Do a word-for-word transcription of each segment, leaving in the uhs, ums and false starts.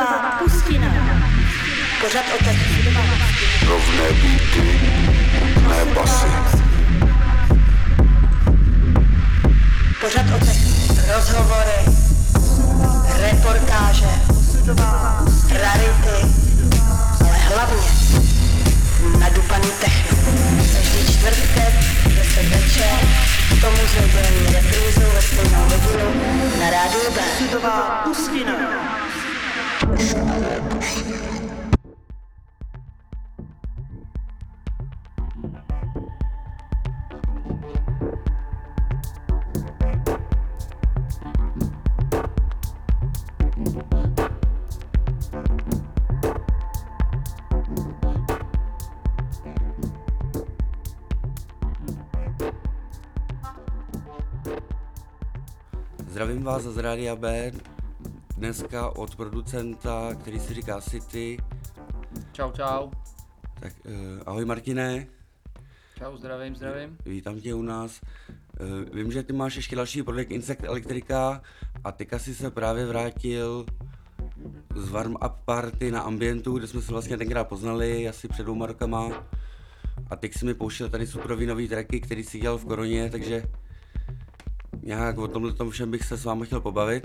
Sudová pustina. Pořad o technice. Rovné beaty, ne basy. Pořad o technice. Rozhovory, reportáže, rarity, ale hlavně nadupaný techno. Každý čtvrtek, deset večer, k tomu s nedělní reprízou ve stejnou hodinu na rádiu B. Sudová pustina. Zdravím vás z Rádia B, dneska od producenta, který si říká City. Čau, čau. Tak uh, ahoj Martine. Čau, zdravím, zdravím. Vítám tě u nás. Uh, vím, že ty máš ještě další projekt Insect Elektrika a teďka si se právě vrátil z warm-up party na Ambientu, kde jsme se vlastně tenkrát poznali, asi před dvouma rokama. A teď si mi pouštěl tady superový nový tracky, který si dělal v koroně, takže nějak o tomhle tom všem bych se s vámi chtěl pobavit.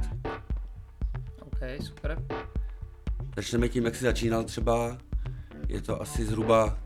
OK, super. Začneme tím, jak jsi začínal třeba. Je to asi zhruba...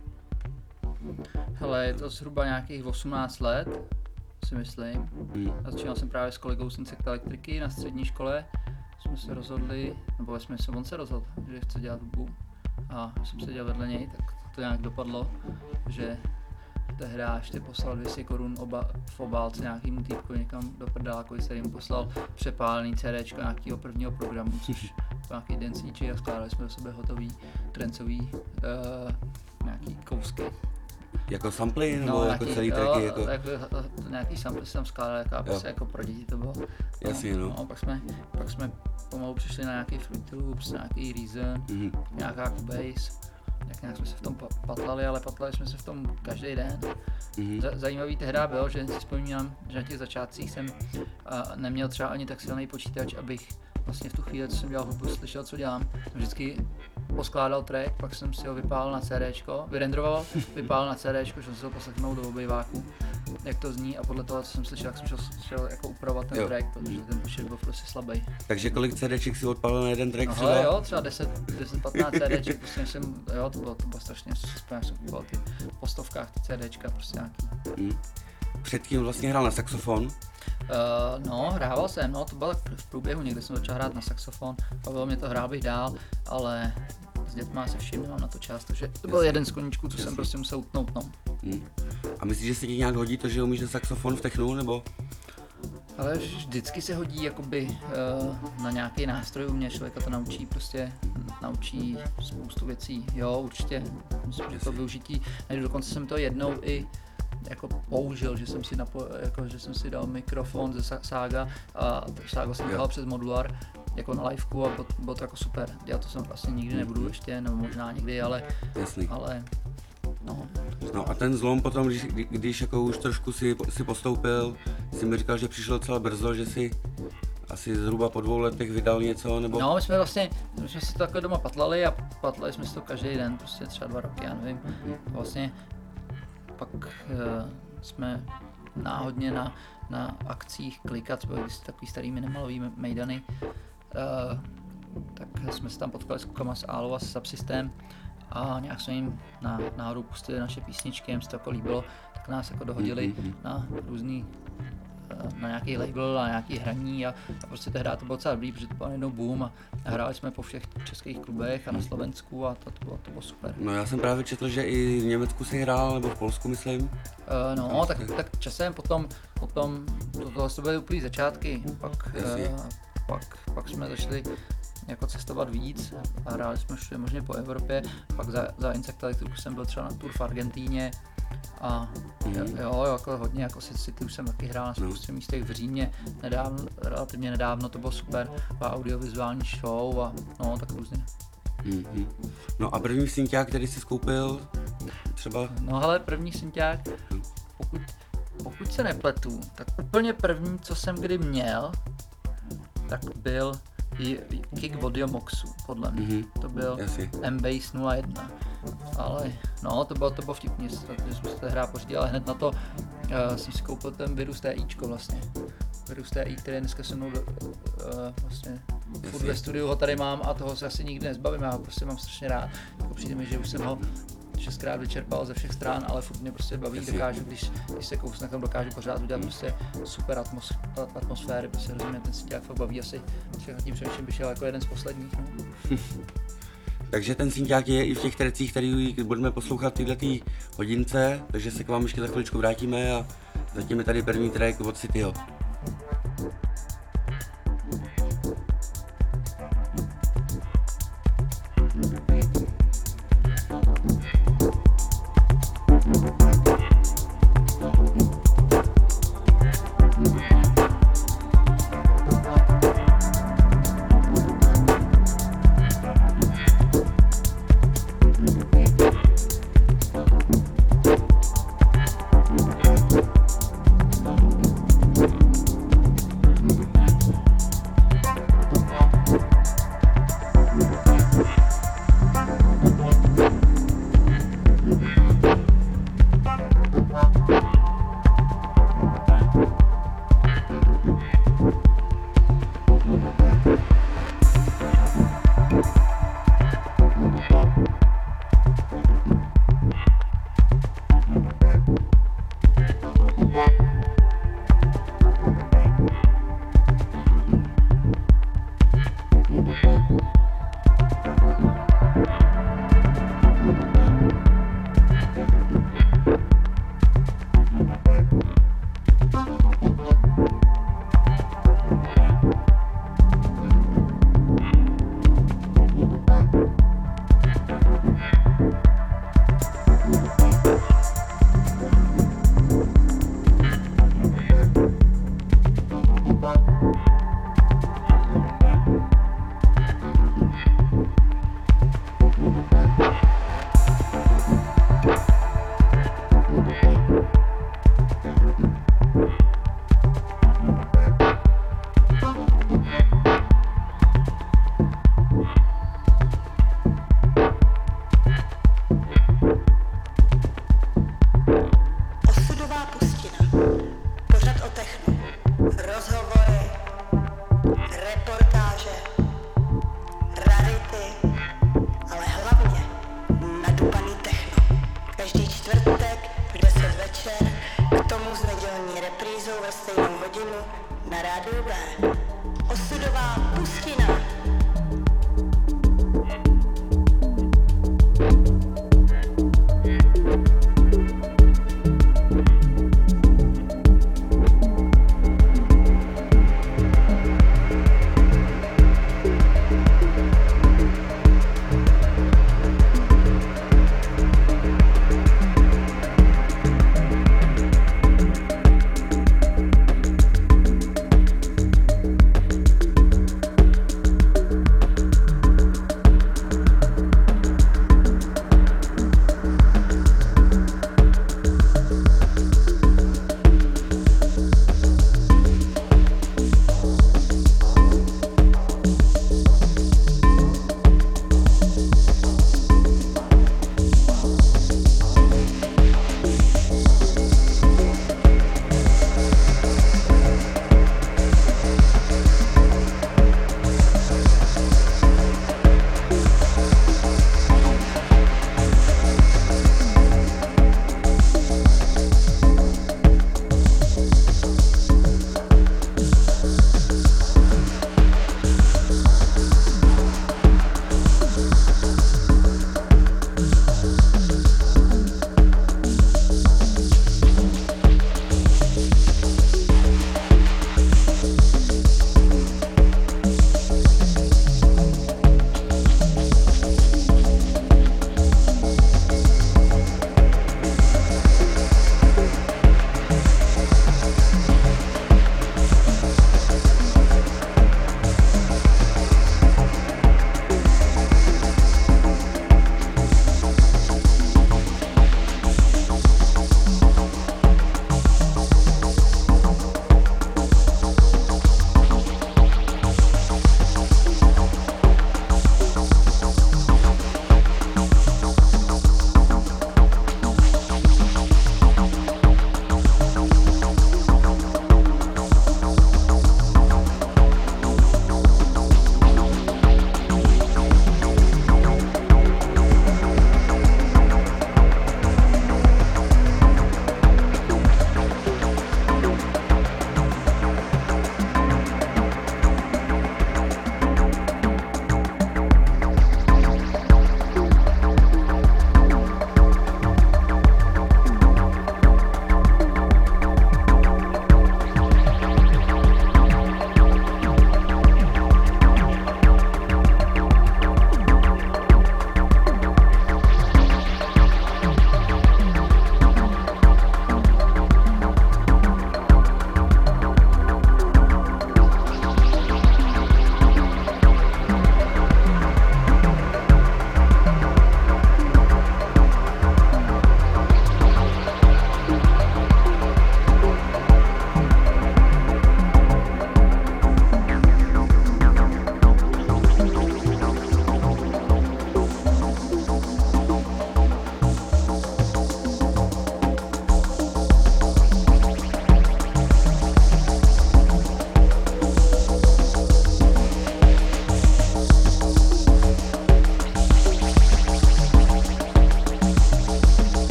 Hele, je to zhruba nějakých osmnáct let, si myslím. Hmm. Začínal jsem právě s kolegou z Insect Elektriky na střední škole. Jsme se rozhodli, nebo jsme se, on se rozhodl, že chce dělat hudbu. A jsem seděl vedle něj, tak to nějak dopadlo, že tehdy ještě poslal dvě stě korun oba, v obálce nějakýmu týpkovi někam do prdáku, který mu poslal přepálený CDčko nějakého prvního programu, což nějaký dancíči a skládali jsme do sebe hotový trencový uh, nějaký kousky. Jako samply nebo No, jako nějaký, celý jo, tracky? Jako... jako, nějaký samply jsem skládal, jako, aby se jako pro děti to bylo. Jasně, no. no pak, jsme, pak jsme pomalu přišli na nějaký Fruity Loops, nějaký Reason, Mm-hmm. nějaká Cubase. Jak nějak jsme se v tom patlali, ale patlali jsme se v tom každý den. Mm-hmm. Z- zajímavý tehdy bylo, že si vzpomínám, že na těch začátcích jsem uh, neměl třeba ani tak silný počítač, abych vlastně v tu chvíli, co jsem dělal hudbu, slyšel, co dělám. Vždycky poskládal track, pak jsem si ho vypálil na CDčko, vyrendroval, vypálil na CDčko, že jsem si ho poslechnout do obejváku, jak to zní, a podle toho, co jsem slyšel, jak jsem šel, šel jako upravovat ten Jo. track, protože ten počet byl prostě slabý. Takže kolik CDček si odpalil na jeden track No třeba? hele, jo, třeba deset patnáct CDček, prostě jsem, jo, to bylo, to bylo strašně, jsem jsem kupoval ty po stovkách ty CDčka, prostě nějaký. Mm. Předtím vlastně hrál na saxofon. Uh, no, hrával jsem, no, to bylo v průběhu, někdy jsem začal hrát na saxofon, bavilo mě to, hrál bych dál, ale s dětma se vším nemám na to čas, takže to byl Jasně. jeden z koníčků, co Jasně. jsem prostě musel utnout, no. Mm. A myslíš, že se ti nějak hodí to, že umíš na saxofon v technu, nebo? Ale vždycky se hodí jakoby uh, na nějaký nástroj, u mě člověka to naučí prostě, naučí spoustu věcí, jo, určitě, myslím, že to využití, nejdu, dokonce jsem to jednou i jako použil, že jsem si, napo, jako, že jsem si dal mikrofon ze Saga a Saga jsem dělal přes modular jako na liveku a bylo, bylo to jako super. Já to jsem vlastně nikdy nebudu ještě, nebo možná nikdy, ale, Jasný. ale no. No a ten zlom potom, když, když jako už trošku si, si postoupil, si mi říkal, že přišlo docela brzo, že si asi zhruba po dvou letech vydal něco, nebo? No, my jsme vlastně, my jsme si to takhle doma patlali a patlali jsme si to každý den, prostě třeba dva roky, já nevím. Vlastně pak uh, jsme náhodně na, na akcích Klikat, byly takový starý minimalový mejdany, uh, tak jsme se tam potkali s klukama z Álu a s Subsystem a nějak jsme jim na náhodou pustili naše písničky, jim se to jako líbilo, tak nás jako dohodili Mm-hmm. na různý, na nějaký label, na nějaký hraní a, a prostě tehdy to bylo docela dobrý, protože to byl jednou boom a hráli jsme po všech českých klubech a na Slovensku a to, to, bylo, to bylo super. No já jsem právě četl, že i v Německu si hrál, nebo v Polsku myslím. Uh, no, tak, tak časem potom, potom to, tohle to byly úplný začátky, pak, uh, pak, pak jsme začali jako cestovat víc a hráli jsme všude možně po Evropě, pak za, za Insect Elektriku jsem byl třeba na tour v Argentíně a Mm. jo, jo, jako hodně, jako City už jsem taky hrál na spoustě místech v Římě, nedávno, relativně nedávno, to bylo super, byla audiovizuální show a no, tak různě. Mm-hmm. No a první synťák, který jsi skoupil, třeba? No hele, první synťák, pokud, pokud se nepletu, tak úplně první, co jsem kdy měl, tak byl i- kick od Yomoxu, podle mě. Mhm. To byl Jasně. M-Base nula jedna. Ale no, to bylo, to bylo vtipný, protože jsme se té hra pořídili, ale hned na to uh, jsem si koupil ten Virus T Ičko vlastně. Virus T I, který je dneska se mnou uh, vlastně furt ve studiu ho tady mám a toho se asi nikdy nezbavím, já ho prostě mám strašně rád. Jako přijde mi, že už jsem ho šestkrát vyčerpal ze všech stran, ale furt mě prostě baví, Jasně. dokážu, když, když se kousnu, tam dokážu pořád udělat prostě super atmos, atmosféry, prostě rozumím, ten si dělá fakt baví asi, všechno tím přemýšlím, by šel jako jeden z posledních. No. Takže ten synťák je i v těch trecích, který budeme poslouchat v této hodince, takže se k vám ještě za chviličku vrátíme a zatím je tady první track od Cityho.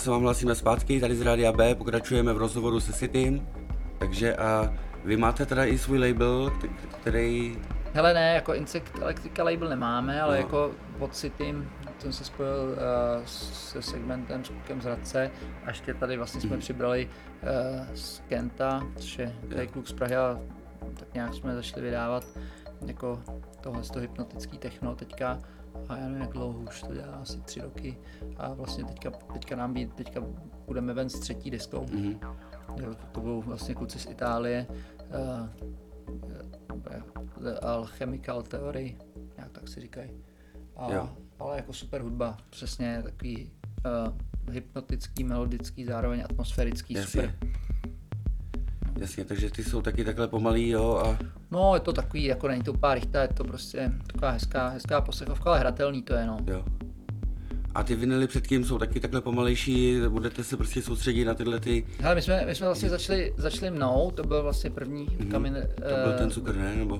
se vám hlásíme zpátky, tady z Rádia B, pokračujeme v rozhovoru se Citym, takže a vy máte teda i svůj label, který... Hele ne, jako Insect Electrica label nemáme, ale No. jako pod Citym jsem se spojil uh, se segmentem s klukem z Hradce a ještě tady vlastně jsme přibrali uh, z Kenta, což je tady kluk z Prahy a tak nějak jsme začali vydávat jako tohle to hypnotický techno teďka a já nevím jak dlouho už to dělá, asi tři roky a vlastně teďka, teďka nám být, teďka budeme ven s třetí deskou. Mm-hmm. Jo, to budou vlastně kluci z Itálie, uh, The Alchemical Theory, nějak tak si říkají. A, ale jako super hudba, přesně takový uh, hypnotický, melodický, zároveň atmosférický, Jasně. super. Jasně, takže ty jsou taky takhle pomalý, jo, a... No, je to takový, jako není to úplná rychta, je to prostě taková hezká, hezká poslechovka, ale hratelný to je, no. Jo. A ty vinily předtím jsou taky takhle pomalejší, budete se prostě soustředit na tyhle ty... Hele, my jsme, my jsme vlastně začali, začali mnou, to byl vlastně první mm-hmm. kamin... To byl ten cukr, ne, nebo? Uh,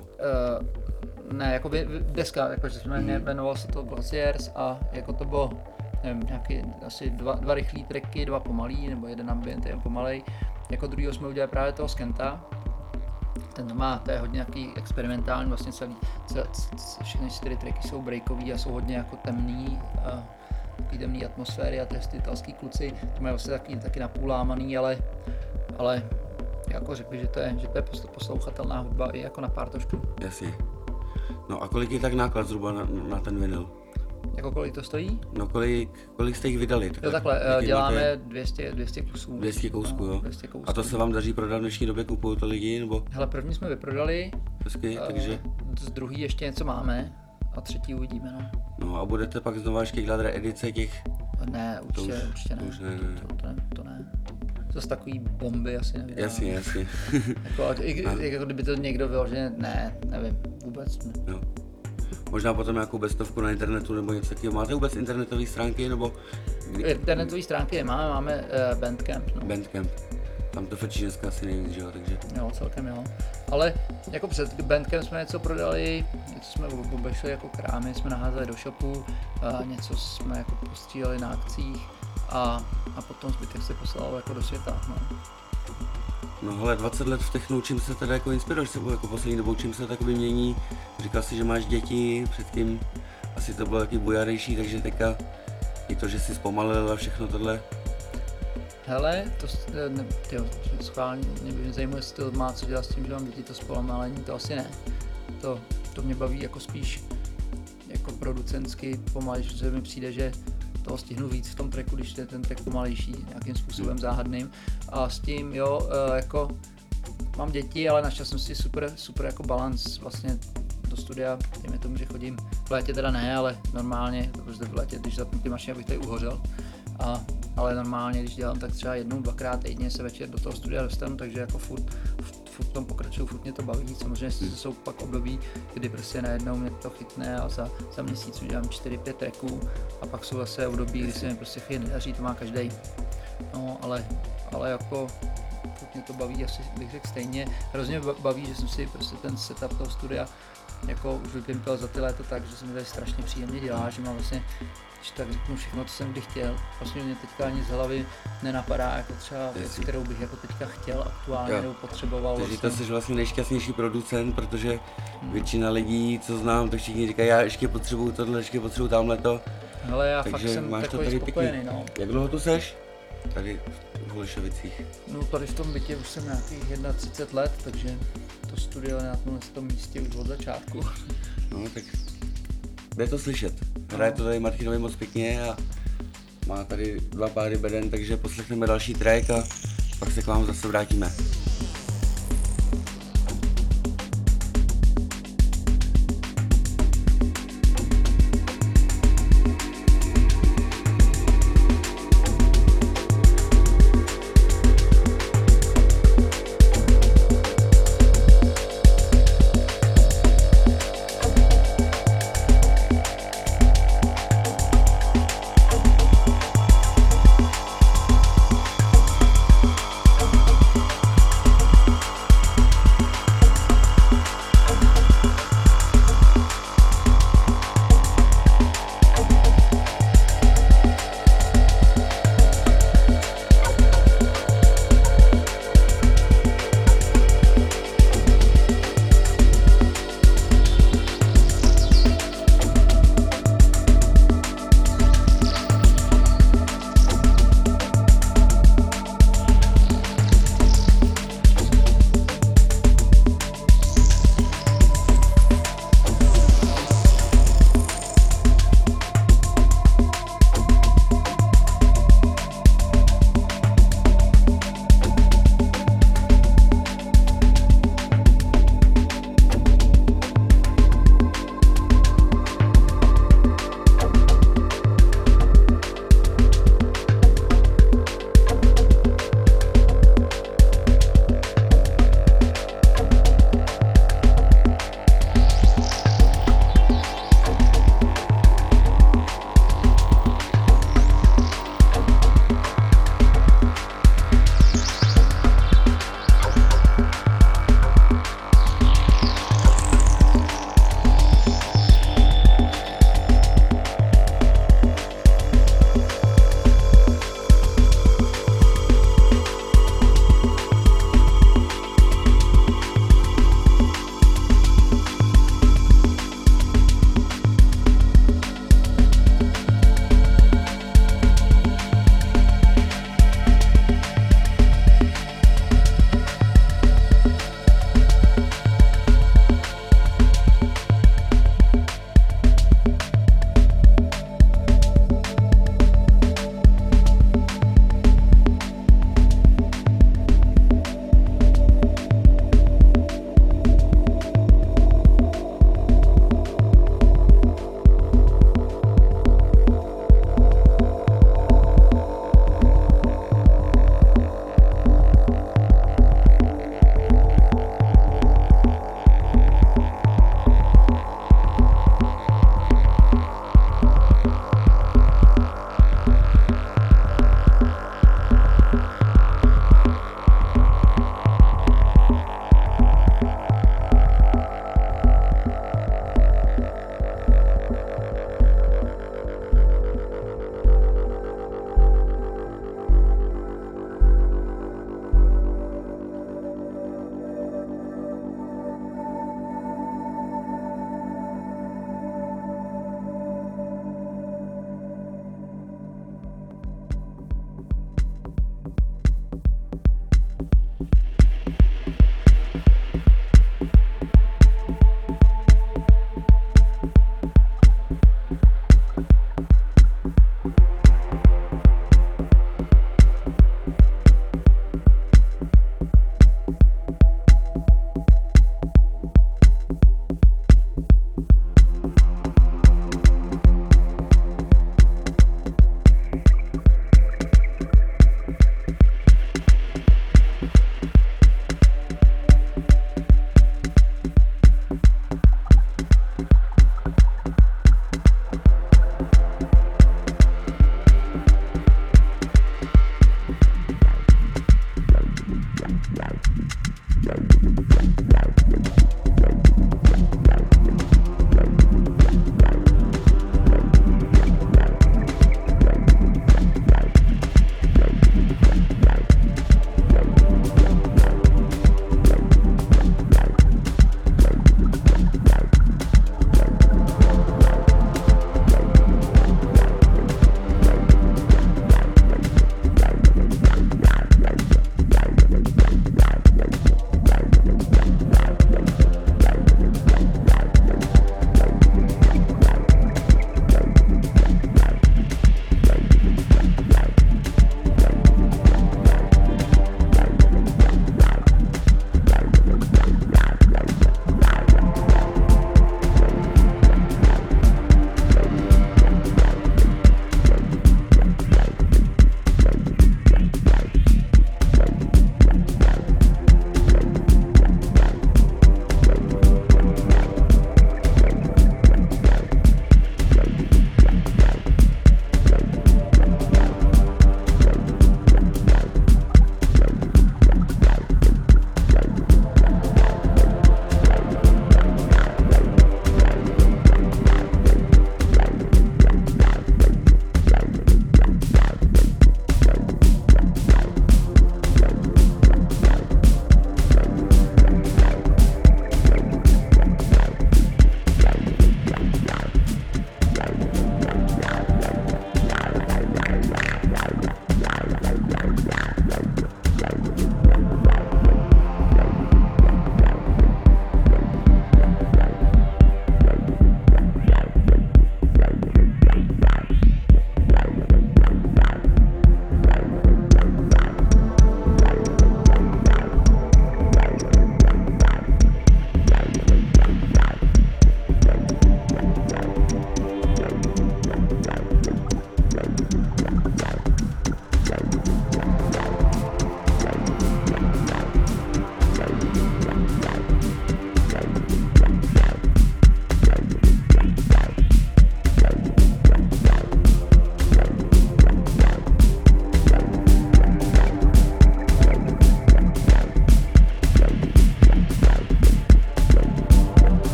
ne, jako vy, vy, deska, jakože jsme mm-hmm. jmenoval se to Glaciers a jako to bylo, nevím, nějaký asi dva, dva rychlý tracky, dva pomalý, nebo jeden ambient, jeden pomalej. Jako druhýho jsme udělali právě toho Skenta. Ten má, to je hodně nějaký experimentální, vlastně celý, celý, všechny čtyři tracky jsou breakový a jsou hodně jako temný. A takový temný atmosféry a ty italský kluci, to mají vlastně taky, taky napůl lámaný, ale, ale jako řekli, že to je, že to je poslouchatelná hudba i jako na pár trošku. Jasně. No a kolik je tak náklad zhruba na, na ten vinyl? Jako kolik to stojí? No kolik, kolik jste jich vydali? Jo takhle, Jaký děláme máte? dvě stě, dvě stě kusů. dvě stě kousků, no, jo? dvě stě kousků. A to se vám daří prodat v dnešní době, kupují to lidi, nebo? Hele, první jsme vyprodali, Hezky, takže... z druhý ještě něco máme a třetí uvidíme, no. No a budete pak znovu ještě dělat reedice těch? Ne, určitě, už- určitě ne. to už ne, ne. To, to, ne, to ne. Zase takový bomby asi nevydáme. Jasně, jasně. Jako, i, i, jako kdyby to někdo vyloženě, ne, nevím, vůbec ne. Jo. Možná potom nějakou bestovku na internetu nebo něco takového. Máte vůbec internetové stránky nebo Internetové stránky nemáme, máme uh, Bandcamp, no. Bandcamp? Tam to frčí dneska asi nejvíc, že jo, takže... Jo, celkem jo. Ale jako před Bandcamp jsme něco prodali, něco jsme obešli jako krámy, jsme naházeli do shopu, a něco jsme jako postříleli na akcích a, a potom zbytek se poslal jako do světa, no. No hele, dvacet let v technu, čím se teda jako inspiruješ sebou jako poslední dobou, čím se takový mění? Říkal jsi, že máš děti, předtím asi to bylo taky bujarejší, takže teďka i to, že jsi zpomalil a všechno tohle. Hele, to, ne, tyjo, schválně, mě by mě zajímalo, jestli to má co dělat s tím, že mám děti, to zpomalení, to asi ne. To, to mě baví jako spíš jako producentsky pomalej, že mi přijde, že toho stihnu víc v tom tracku, když je ten track pomalejší, nějakým způsobem záhadným. A s tím, jo, jako mám děti, ale našel jsem si super, super jako balans vlastně do studia, dejme tomu, že chodím, v létě teda ne, ale normálně, protože v létě, když zapnu ty mašiny, abych tady uhořel. A, ale normálně, když dělám, tak třeba jednou, dvakrát týdně se večer do toho studia dostanu, takže jako furt, furt, furt tom pokračuju, furt mě to baví. Samozřejmě jsou pak období, kdy prostě najednou mě to chytne a za, za měsíc udělám čtyři pět tracků a pak jsou zase období, kdy se mi prostě chvíli nedaří, to má každý. No, ale, ale jako furt mě to baví, asi bych řekl stejně. Hrozně baví, že jsem si prostě ten setup toho studia jako už vypimpil za ty léta tak, že se mi tady strašně příjemně dělá, že mám vlastně, když tak řeknu všechno, co jsem kdy chtěl. Vlastně mě teďka ani z hlavy nenapadá jako třeba věc, kterou bych jako teďka chtěl aktuálně Jo. nebo potřeboval. Takže vlastně. to jsi vlastně nejšťastnější producent, protože většina lidí, co znám, tak všichni říkají, já ještě potřebuju tohle, ještě potřebuju tamhleto. Hele, já Takže fakt jsem máš to takový tady spokojený, pěkný. no. Jak dlouho tu seš? Tady v Holešovicích. No tady v tom bytě už jsem nějakých třicet jedna let, takže to studio je na tomhle tom místě už od začátku. No tak jde to slyšet. Hraje to tady Martinovi moc pěkně a má tady dva páry beden, takže poslechneme další track a pak se k vám zase vrátíme.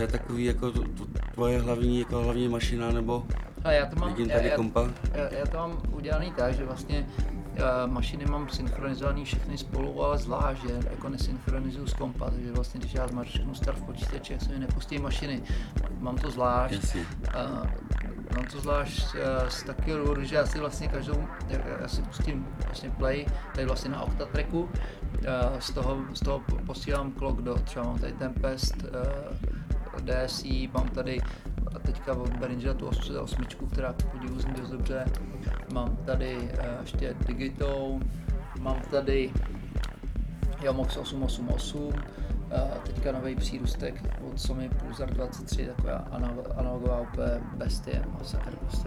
je takový jako to, to tvoje hlavní, jako hlavní mašina, nebo Ale já to mám, vidím já, tady já, kompa? já, já to mám udělaný tak, že vlastně uh, mašiny mám synchronizovaný všechny spolu, ale zvlášť, že jako nesynchronizuju s kompa, takže vlastně když já zmačknu start v počítači, jak se mi nepustí mašiny, mám to zvlášť. Jasně. Uh, mám to zvlášť uh, z takového důvodu, že já si vlastně každou, já, já si pustím vlastně play, tady vlastně na Octatracku, uh, z toho, z toho posílám clock do, třeba mám tady Tempest, uh, D S I, mám tady a teďka od Behringer tu osm, která podivu zní dost dobře, mám tady uh, ještě Digitone, mám tady Yomox osm osm osm, uh, teďka nový přírůstek od Sony Pulsar dvacet tři, taková analogová úplně bestie, masakr prostě.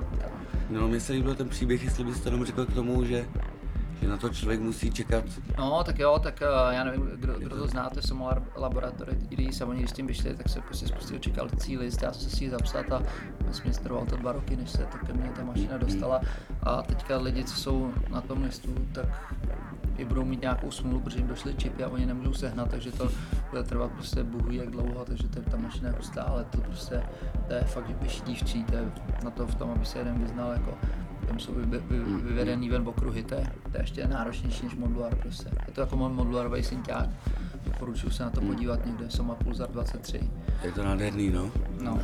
No, mně se líbil ten příběh, jestli byste jenom řekl k tomu, že, že na to člověk musí čekat. No, tak jo, tak uh, já nevím, kdo, kdo to znáte, Solar Laboratory, když se oni s tím vyšli, tak se prostě spustil čekalicí list, já jsem se si ji zapsat a vlastně trvalo to dva roky, než se to ke mně ta mašina dostala a teďka lidi, co jsou na tom listu, tak i budou mít nějakou smůlu, protože jim došly čipy a oni nemůžou sehnat, takže to bude trvat prostě bůh ví jak dlouho, takže to, ta mašina je hustá, ale to prostě, to je fakt, že běží dívčí, to je na to v tom, aby se jeden vyznal, jako tam jsou vy, vy, vyvedený ven okruhy, to je, to je ještě náročnější než modular prostě. Je to jako modularový synťák, doporučuji se na to podívat někde, Soma Pulsar dvacet tři. Je to nádherný, no. No.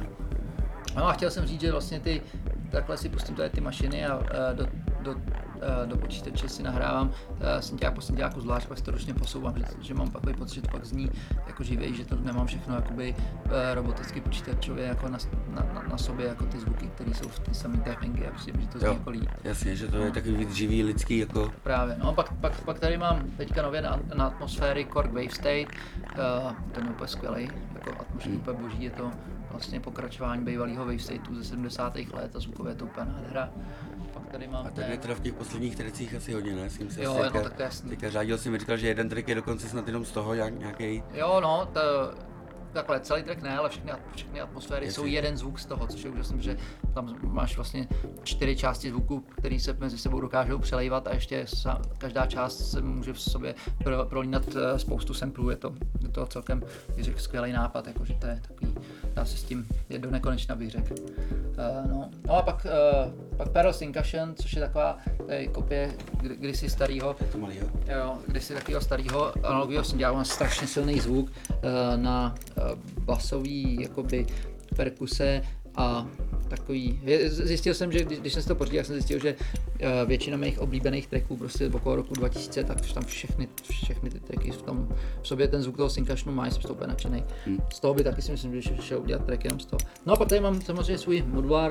No a chtěl jsem říct, že vlastně ty, takhle si pustím tady ty mašiny a, a do, do, a do počítače si nahrávám synťák po synťáku zvlášť, pak si to ručně posouvám, že, že mám takový pocit, že to pak zní jako živej, že to nemám všechno jakoby roboticky počítačově jako na, na, na sobě, jako ty zvuky, které jsou v té samé timeingy a prostě, že to zní Jo, jako líp. jasně, že to je takový víc živý, lidský, jako... Právě, no pak, pak, pak tady mám teďka nově na, na atmosféry Korg Wave State, uh, ten je úplně skvělý, jako atmosféra úplně boží, je to vlastně pokračování bývalého Wave Stateu ze sedmdesátých let a zvukově je to úplně nádhera. Pak tady mám A tak je teda v těch posledních tracích asi hodně, ne? S kým se Jo, asi no, teďka, tak to je jasný. teďka řádil si mi říkal, že jeden track je dokonce snad jenom z toho nějaký. Jo, no, to, takhle celý track ne, ale všechny, všechny atmosféry Jasně. jsou jeden zvuk z toho, což je úžasné, že tam máš vlastně čtyři části zvuku, které se mezi sebou dokážou přelejvat a ještě sa, každá část se může v sobě pro, prolínat spoustu samplů, je to, je to celkem, bych řekl, skvělý nápad, jakože to je takový, dá se s tím je do nekonečna, bych řekl. Uh, no. no a pak, uh, pak Perl Syncussion, což je taková tady kopie kdy, kdysi starého, To malý, jo? jo, kdysi takového starého analogového synťáku, má strašně silný zvuk uh, na uh, basový jakoby perkuse a takový, zjistil jsem, že když, když jsem si to pořídil, jak jsem zjistil, že uh, většina mých oblíbených tracků prostě okolo roku dva tisíce, tak tam všechny, všechny ty tracky v tom v sobě ten zvuk toho syncussionu má, jsem z toho úplně nadšenej. Hmm. Z toho by taky si myslím, že šel udělat track jenom z toho. No a pak tady mám samozřejmě svůj modular,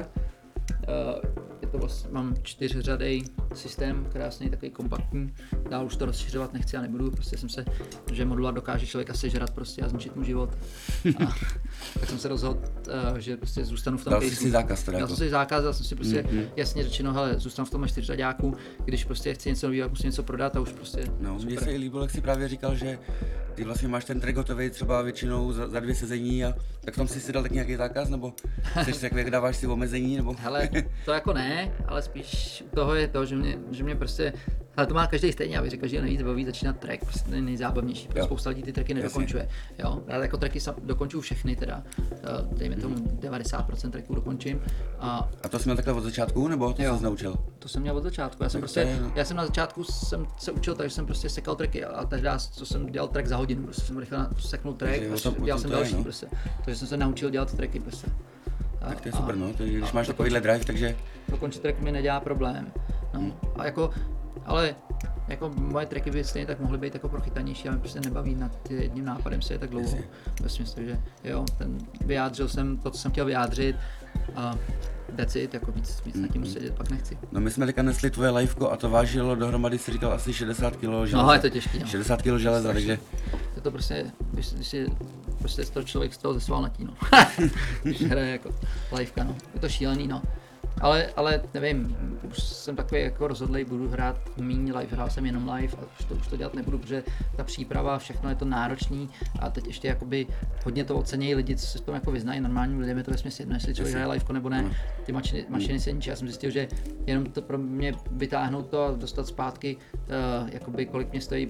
uh, je to vlastně, mám čtyřřadý systém, krásný, takový kompaktní, dál už to rozšiřovat nechci a nebudu, prostě jsem se, že modular dokáže člověka sežrat prostě a zničit mu život. A, tak jsem se rozhodl, uh, že prostě zůstanu v tom Dal jsi caseu. si zákaz teda Dal jako. jsem si zákaz, dal jsem si prostě Mm-hmm. jasně řečeno, hele, zůstanu v tom čtyřřaďáku, když prostě chci něco nového, musím něco prodat a už prostě No, mně super. se líbilo, jak jsi právě říkal, že ty vlastně máš ten track hotový třeba většinou za, za dvě sezení a tak v tom jsi si dal tak nějaký zákaz, nebo jsi tak, jak dáváš si omezení, nebo? Hele, to jako ne, ale spíš u toho je to, že mě, že mě prostě, ale to má každý stejně, já bych řekl, že nejvíc baví začínat track, prostě to je nejzábavnější, protože Jo. spousta lidí ty tracky nedokončuje, jo, já jako tracky sam, dokončuju všechny teda, uh, dejme tomu devadesát procent tracků dokončím a A to jsi měl takhle od začátku, nebo to Jo. jsi naučil? to jsem měl od začátku, já jsem Tak prostě, to je, no. já jsem na začátku jsem se učil tak, že jsem prostě sekal tracky a tehdy, co jsem dělal track za hodinu, prostě jsem rychle seknul track Takže a o tom- o dělal tom jsem to je, další no. prostě, takže jsem se naučil dělat tracky prostě. A, Tak to je a- super, no, to, když a máš to- takovýhle drive, takže dokončit track mi nedělá problém. No, a jako, ale jako moje tracky by stejně tak mohly být jako prochytanější, ale mě prostě nebaví nad jedním nápadem se je tak dlouho. Jasně. Ve smyslu, že jo, ten vyjádřil jsem to, co jsem chtěl vyjádřit a that's it, jako víc, víc nad tím sedět pak nechci. no my jsme teďka nesli tvoje liveko a to vážilo dohromady, si říkal, asi šedesát kilo železa. No, je to těžký, no. šedesát kilo železa, takže Je to prostě, když, když si prostě to člověk z toho zesvalnatí, no. Když hraje jako liveka, no. Je to šílený, no. Ale, ale nevím, už jsem takový jako rozhodlej, budu hrát míň live, hrál jsem jenom live a už to, už to dělat nebudu, protože ta příprava, všechno je to náročný a teď ještě jakoby hodně to ocenějí lidi, co se v tom jako vyznají, normálním lidem je to vesměs jedno, jestli člověk hraje liveko nebo ne, ty mašiny, mašiny se ničí, já jsem zjistil, že jenom to pro mě vytáhnout to a dostat zpátky, uh, jakoby kolik mě stojí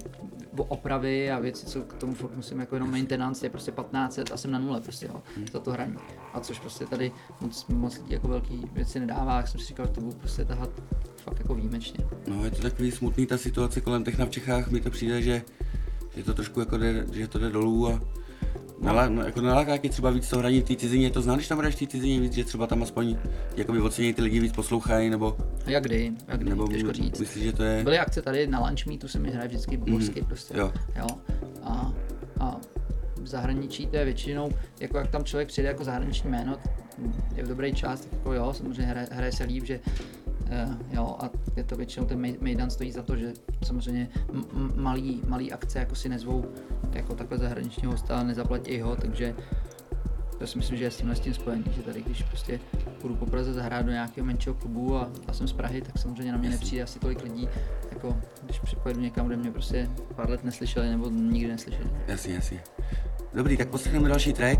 o opravy a věci, co k tomu furt musím jako jenom maintenance, je prostě patnáct set a jsem na nule prostě, jo, Hmm. za to hraní. A což prostě tady moc, moc lidí jako velký věci nedává, jak jsem si říkal, že to budu prostě tahat fakt jako výjimečně. No, je to takový smutný ta situace kolem techna v Čechách, mi to přijde, že, že to trošku jako jde, že to jde dolů a nalá, no, jako naláká tě třeba víc to hraní v té cizině, to znáš, když tam hraješ v té cizině víc, že třeba tam aspoň jakoby ocenějí ty lidi víc poslouchají, nebo, A jak kdy, jak kdy, nebo těžko říct. myslíš, že to je... Byly akce tady na Lunch Meetu, se mi hraje vždycky božsky Mhm, prostě, jo. jo. A, a v zahraničí to je většinou, jako jak tam člověk přijde jako zahraniční jméno, je v dobrý čas, tak jako jo, samozřejmě hraje, hraje se líp, že Uh, jo, a je to většinou ten mej- mejdan stojí za to, že samozřejmě m- m- malý, malý akce jako si nezvou jako takhle zahraničního hosta, nezaplatí ho, takže to si myslím, že je s tímhle s tím spojený, že tady když prostě půjdu po Praze zahrát do nějakého menšího klubu a, a jsem z Prahy, tak samozřejmě na mě nepřijde asi tolik lidí, jako když připojedu někam, kde mě prostě pár let neslyšeli nebo nikdy neslyšeli. Jasně, jasně. Dobrý, tak poslechneme další track.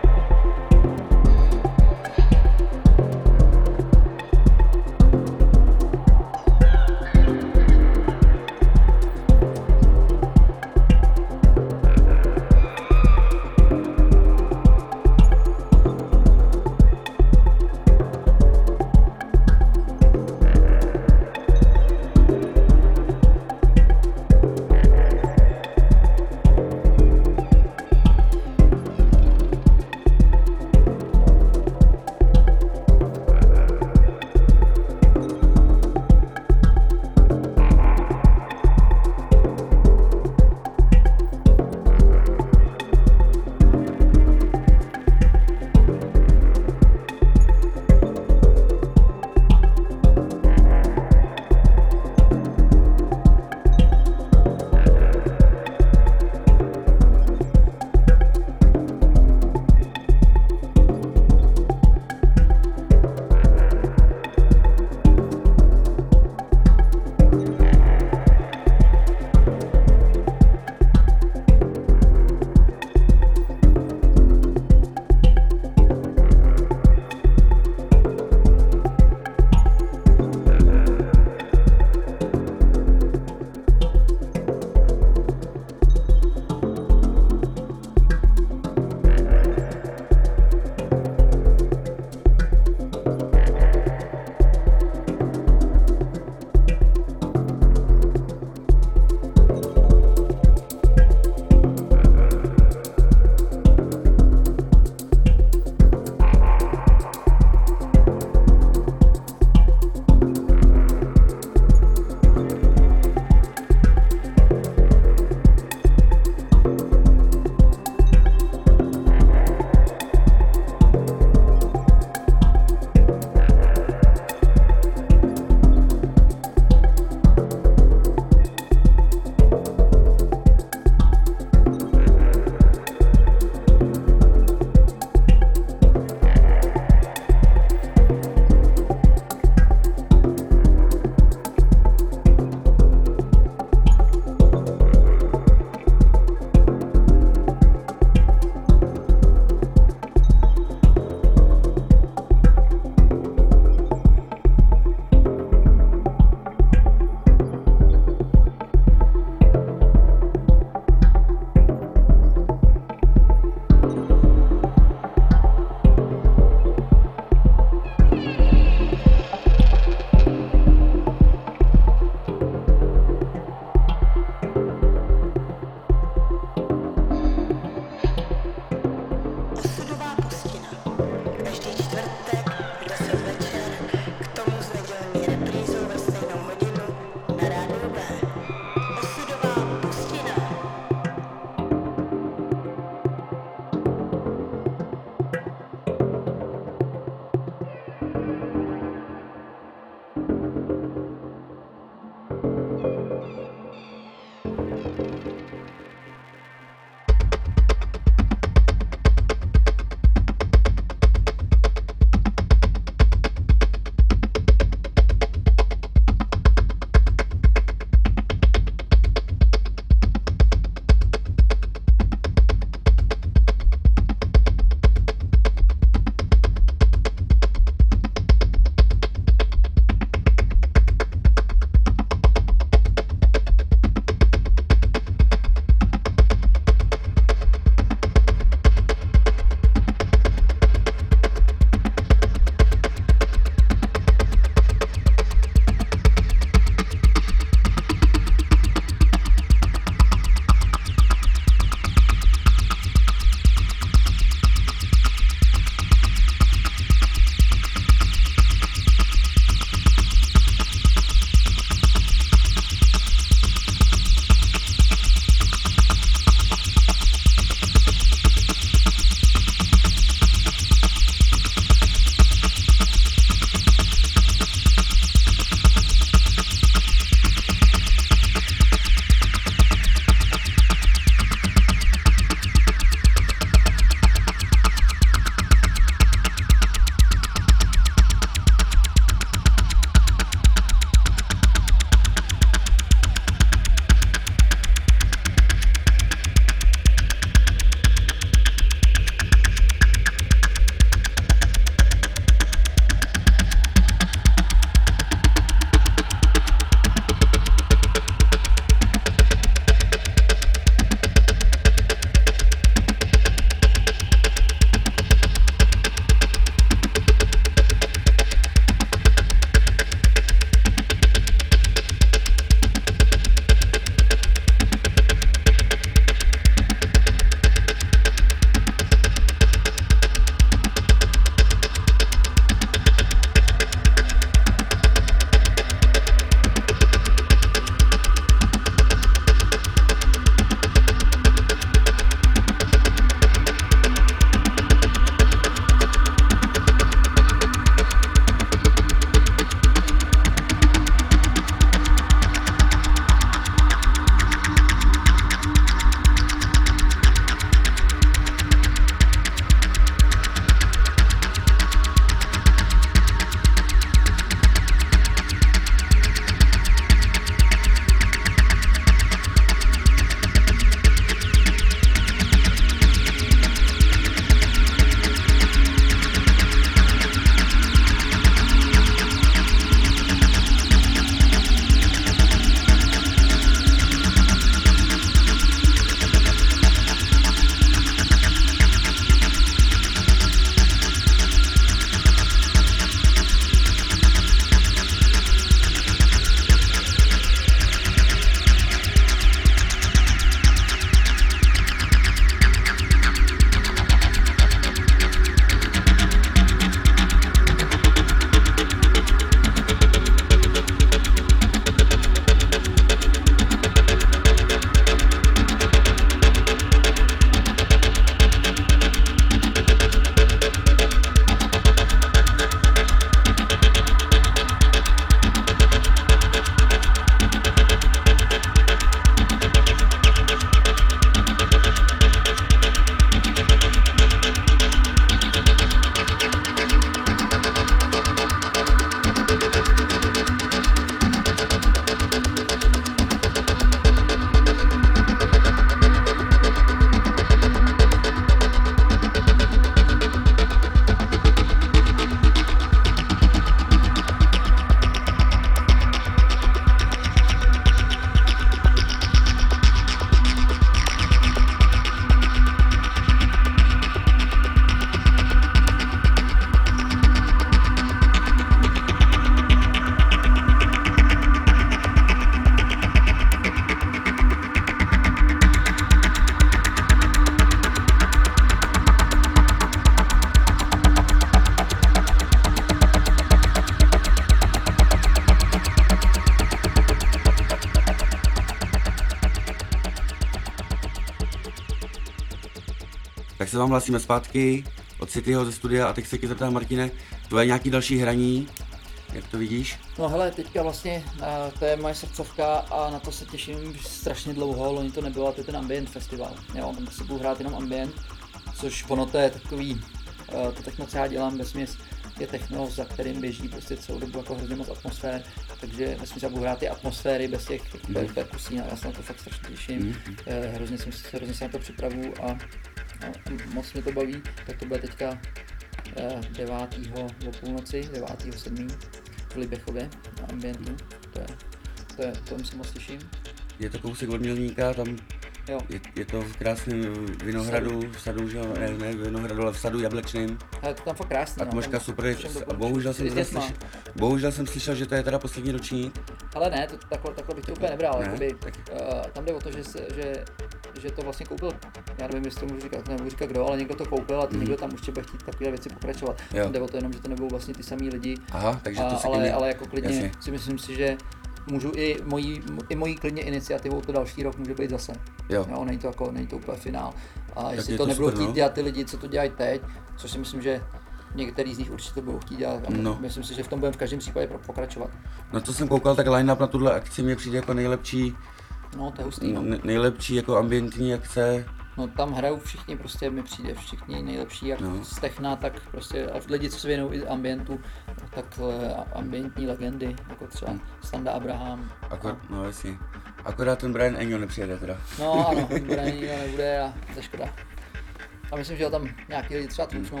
Tak se vám hlásíme zpátky od Cityho ze studia a teď se tě zeptám, Martine, tvoje nějaký další hraní, jak to vidíš? No hele, teďka vlastně uh, to je moje srdcovka a na to se těším strašně dlouho, loni to nebylo, to je ten Ambient Festival. Jo, tam si budu hrát jenom Ambient, což ono to je takový, uh, to techno, co já dělám, vesměs je techno, za kterým běží prostě celou dobu jako hrozně moc atmosfér, takže vesměs já budu hrát ty atmosféry bez těch mm. perkusí, já se na to fakt strašně těším, mm. uh, hrozně, jsem, hrozně se na to připravuju a, a moc mě to baví, tak to bude teďka devátého o půlnoci, devátého sedmého v Libechově na Ambientu, to je, to je, tomu se moc těším. Je to kousek od Mělníka, tam jo. Je, je to v krásném Vinohradu, v sadu, že ne, ne Vinohradu, ale v sadu Jablečným. Ale to tam fakt krásný. Atmosféra no, super, bohužel jsem, slyšel, bohužel jsem slyšel, že to je teda poslední ročník. Ale ne, to, takhle, takhle bych to úplně nebral, ne? Jakoby, uh, tam jde o to, že, se, že, že to vlastně koupil, já nevím, jestli to můžu říkat, nebudu říkat kdo, ale někdo to koupil a ty mm. někdo tam určitě bude chtít takové věci pokračovat. Jo. Tam jde o to jenom, že to nebudou vlastně ty samý lidi. Aha, takže to a, se ale, klidně, ale jako klidně jasně. si myslím si, že můžu i mojí, i mojí klidně iniciativou to další rok může být zase. Jo. Jo, není to jako, není to úplně finál. A tak jestli to, to nebudou super, chtít no? dělat ty lidi, co to dělají teď, což si myslím, že některý z nich určitě budou chtít dělat. No. Myslím si, že v tom budeme v každém případě pokračovat. No to jsem koukal, tak line-up na tuhle akci mě přijde jako nejlepší, No, to je hustý, no. ne, nejlepší jako ambientní akce. No tam hrajou všichni, prostě mi přijde všichni nejlepší, jak no. z techna, tak prostě a lidi, co se věnují i ambientu, tak ambientní legendy, jako třeba hmm. Standa Abraham. Akor, no jasně. Akorát ten Brian Eno nepřijede teda. No ano, Brian Eno nebude a to je škoda. A myslím, že ho tam nějaký lidi třeba tlučnou.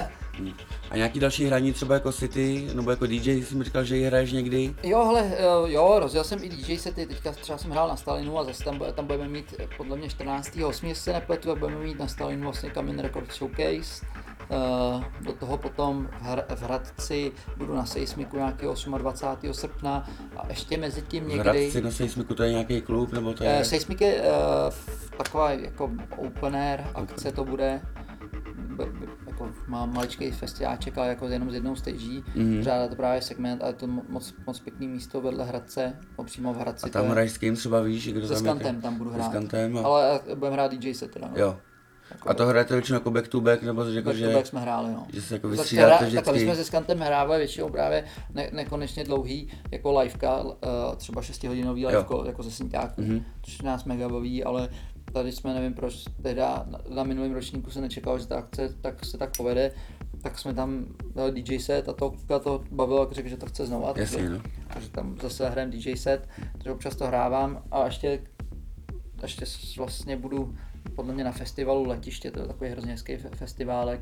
A nějaký další hraní třeba jako City, nebo jako D J, jsi mi říkal, že ji hraješ někdy? Jo, hele, jo, rozjel jsem i D J sety, teďka třeba jsem hrál na Stalinu a zase tam, tam budeme mít podle mě čtrnáctého osmého jestli se nepletu, a budeme mít na Stalinu vlastně Kamin Record Showcase. Uh, do toho potom v, Hr- v Hradci budu na Seismiku nějakého dvacátého osmého srpna a ještě mezi tím někdy... V Hradci na Seismiku to je nějaký klub, nebo to je... Uh, Seismik je uh, taková jako open air akce to bude. B- b- jako má maličký festiáček, ale jako jenom z jednou stagí. Mm. Pořádá to právě segment, ale je to moc, moc pěkný místo vedle Hradce, no, přímo v Hradci. A tam hraješ s kým třeba víš, kdo se tam Skantem je? tam budu hrát. Skantem a... Ale budeme hrát D J set teda. No. Jo. Jako a to hrajete většinou jako back to back, nebo jako, back že... to back jsme hráli, no. Že se jako vystřídáte vždycky. Takhle jsme se Skantem hrávali většinou právě ne, nekonečně dlouhý, jako liveka, uh, třeba šestihodinový liveko, jako ze Sníťáku, mm-hmm. což nás mega baví, ale tady jsme, nevím proč, teda na, na minulém ročníku se nečekalo, že ta akce tak se tak povede, tak jsme tam dali D J set a to, to bavilo, jak řekl, že to chce znova, Jasně, takže, no. takže tam zase hrajeme D J set, takže občas to hrávám a ještě, ještě vlastně budu podle mě na festivalu Letiště, to je takový hrozně hezký festiválek,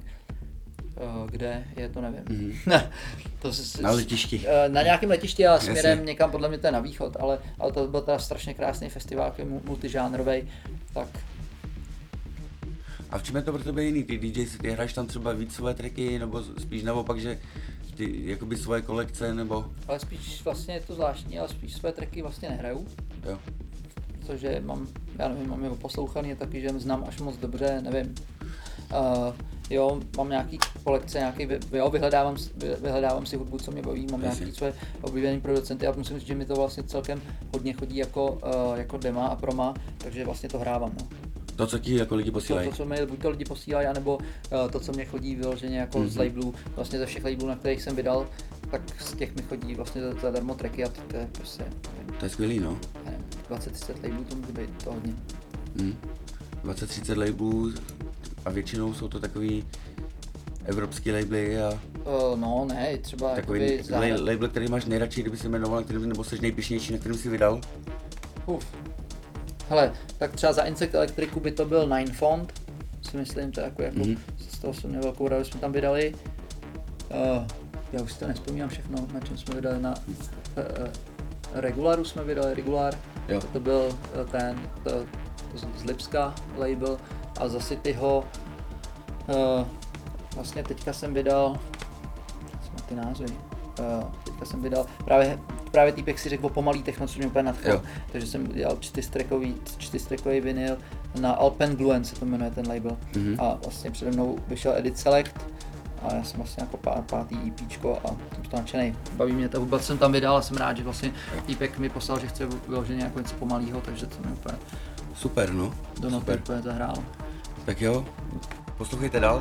kde je to nevím. Mm-hmm. to s, na letišti. Na nějakém letišti a směrem Jasně. někam podle mě to je na východ, ale, ale to byl teda strašně krásný festival, multižánrovej, tak. A v čem je to pro tebe jiný? Ty D J si ty hraješ tam třeba víc své tracky, nebo spíš naopak, že ty jakoby svoje kolekce, nebo? Ale spíš vlastně je to zvláštní, ale spíš své tracky vlastně nehraju. Jo. Protože mám, já nevím, mám jeho poslouchaný, taky, že znám až moc dobře, nevím. Uh, jo, mám nějaký kolekce, nějaký, jo, vyhledávám, vyhledávám si hudbu, co mě baví, mám Jasně. nějaký své oblíbený producenty a musím říct, že mi to vlastně celkem hodně chodí jako, uh, jako dema a proma, takže vlastně to hrávám, no. To, co ti jako lidi posílají? To, to, co mi buď to lidi posílají, anebo uh, to, co mě chodí vyloženě jako mm-hmm. z labelů, vlastně ze všech labelů, na kterých jsem vydal, tak z těch mi chodí vlastně zadarmo tracky a to je prostě... To je skvělý, no. Nevím, dvacet třicet labelů to může být, to hodně. Hmm. dvacet třicet labelů a většinou jsou to takový evropský labely a... Uh, no ne, třeba takový la- label, který máš nejradši, kdyby si jmenoval, který, nebo jsi nejpišnější, na kterým jsi vydal? Uf. Hele, tak třeba za Insect Electricu by to byl Nine Font, si myslím, to jako, jako mm-hmm. z toho jsem měl velkou radost, jsme tam vydali. Uh, já už si to nespomínám všechno, na čem jsme vydali, na uh, uh, Regularu jsme vydali, Regular, jo. To, to byl uh, ten to, to z Lipska label a za Cityho, uh, vlastně teďka jsem vydal, co má ty názvy, uh, teďka jsem vydal, právě Právě týpek si řekl o pomalý techno, co mě úplně nadchlo, takže jsem dělal čtyřstrekový vinyl na Alpenglouen se to jmenuje ten label mm-hmm. a vlastně přede mnou vyšel Edit Select a já jsem vlastně jako pá, pátý EPčko a jsem to nadšenej. Baví mě to, vůbec jsem tam vydal a jsem rád, že vlastně týpek mi poslal, že chce vyloženě jako něco pomalýho, takže to mě úplně super, no. do noty úplně zahrálo. Tak jo, Poslouchejte dál.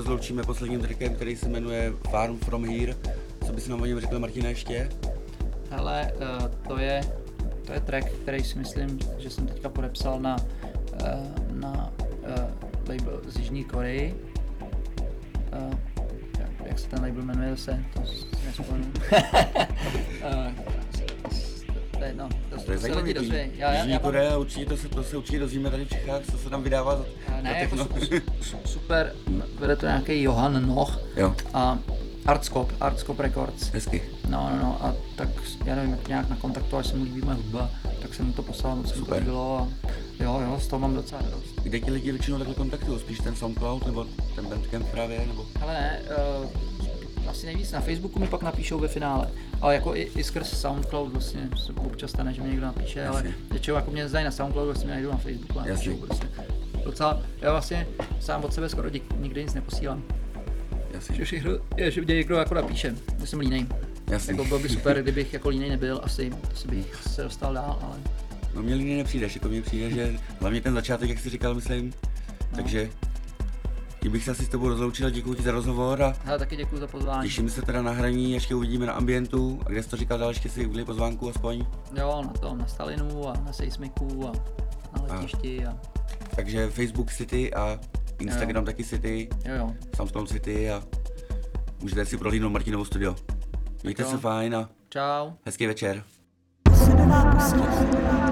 rozloučíme posledním trackem, který se jmenuje Farm From Here. Co bys nám o něm řekl, Martina, ještě? Hele, uh, to je, to je track, který si myslím, že jsem teďka podepsal na, uh, na uh, label z Jižní Koreji. Uh, jak, jak se ten label jmenuje zase, to si nespomenu. uh, to je, no, to, To je se lidi dozví. zajímavý. Já, já, Jižní já mám, Korea, určitě to se, to se určitě dozvíme tady v Čechách, co se tam vydává za, uh, za ne, jako techno. su, su, super, vede to nějaký Johan Noh Jo, a Artscope, Artscope Records. hezky. No, no, no, a tak já nevím, jak nějak nakontaktoval, až se mu líbí moje hudba, tak jsem mu to poslal, moc se mu to Super. líbilo a jo, jo, z toho mám docela radost. Kde ti lidi většinou takhle kontaktují? Spíš ten SoundCloud nebo ten Bandcamp právě? Nebo... Ale ne, uh, asi nejvíc na Facebooku mi pak napíšou ve finále, ale jako i, i skrz SoundCloud vlastně se občas stane, že mi někdo napíše, Jasně. ale většinou jako mě znají na SoundCloudu, vlastně mě najdou na Facebooku a Jasně. napíšou prostě. Docela, já vlastně sám od sebe skoro dik, nikdy nic neposílám, Jasně, že všechno je, že mě někdo jako napíše, že jsem línej. jasně. Jako bylo by super, kdybych jako línej nebyl, asi, asi bych se dostal dál, ale No mě líně nepřijdeš, jako mně přijde, že hlavně ten začátek, jak jsi říkal, myslím. No. Takže tím bych se asi s tebou rozloučil, děkuji ti za rozhovor a hele, taky děkuji za pozvání. těším se teda na hraní, ještě uvidíme na Ambientu. A kde jsi to říkal dál, ještě si udělej pozvánku aspoň. Jo, na tom, na Stalinu a na Seismiku a na letišti a Takže Facebook City a Instagram Jo. taky City, jo, jo. SoundCloud City a můžete si prohlídnout Martinovo studio. Mějte Tak se jo. fajn a Čau. hezký večer. Osudová pustina.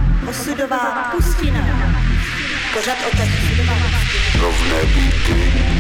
Osudová pustina. Pořad o tak osudová pustina. Rovné beaty,